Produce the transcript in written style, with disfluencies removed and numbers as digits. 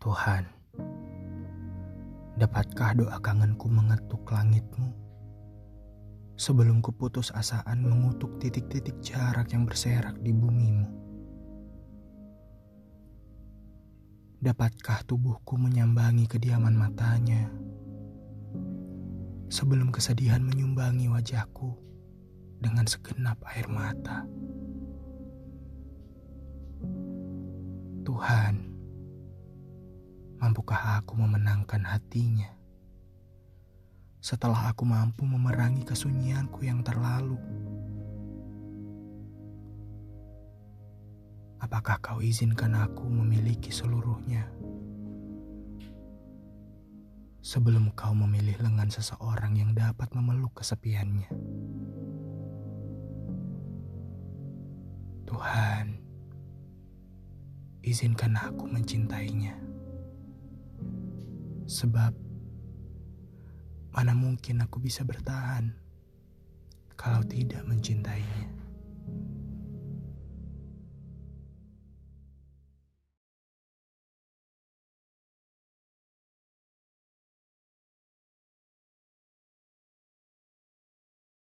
Tuhan, dapatkah doa kangenku mengetuk langitmu sebelum kuputus asaan mengutuk titik-titik jarak yang berserak di bumimu? Dapatkah tubuhku menyambangi kediaman matanya sebelum kesedihan menyumbangi wajahku dengan segenap air mata? Tuhan, mampukah aku memenangkan hatinya setelah aku mampu memerangi kesunyianku yang terlalu? Apakah kau izinkan aku memiliki seluruhnya sebelum kau memilih lengan seseorang yang dapat memeluk kesepiannya? Tuhan, izinkan aku mencintainya, sebab mana mungkin aku bisa bertahan kalau tidak mencintainya.